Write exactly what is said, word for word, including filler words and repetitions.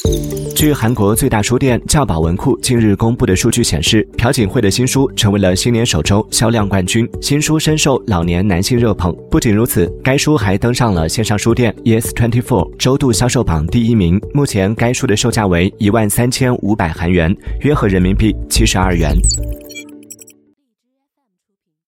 据韩国最大书店教保文库近日公布的数据显示，朴槿惠的新书成为了新年首周销量冠军，新书深受老年男性热捧。不仅如此，该书还登上了线上书店 E S 二十四 周度销售榜第一名。目前该书的售价为一万三千五百韩元，约合人民币七十二元。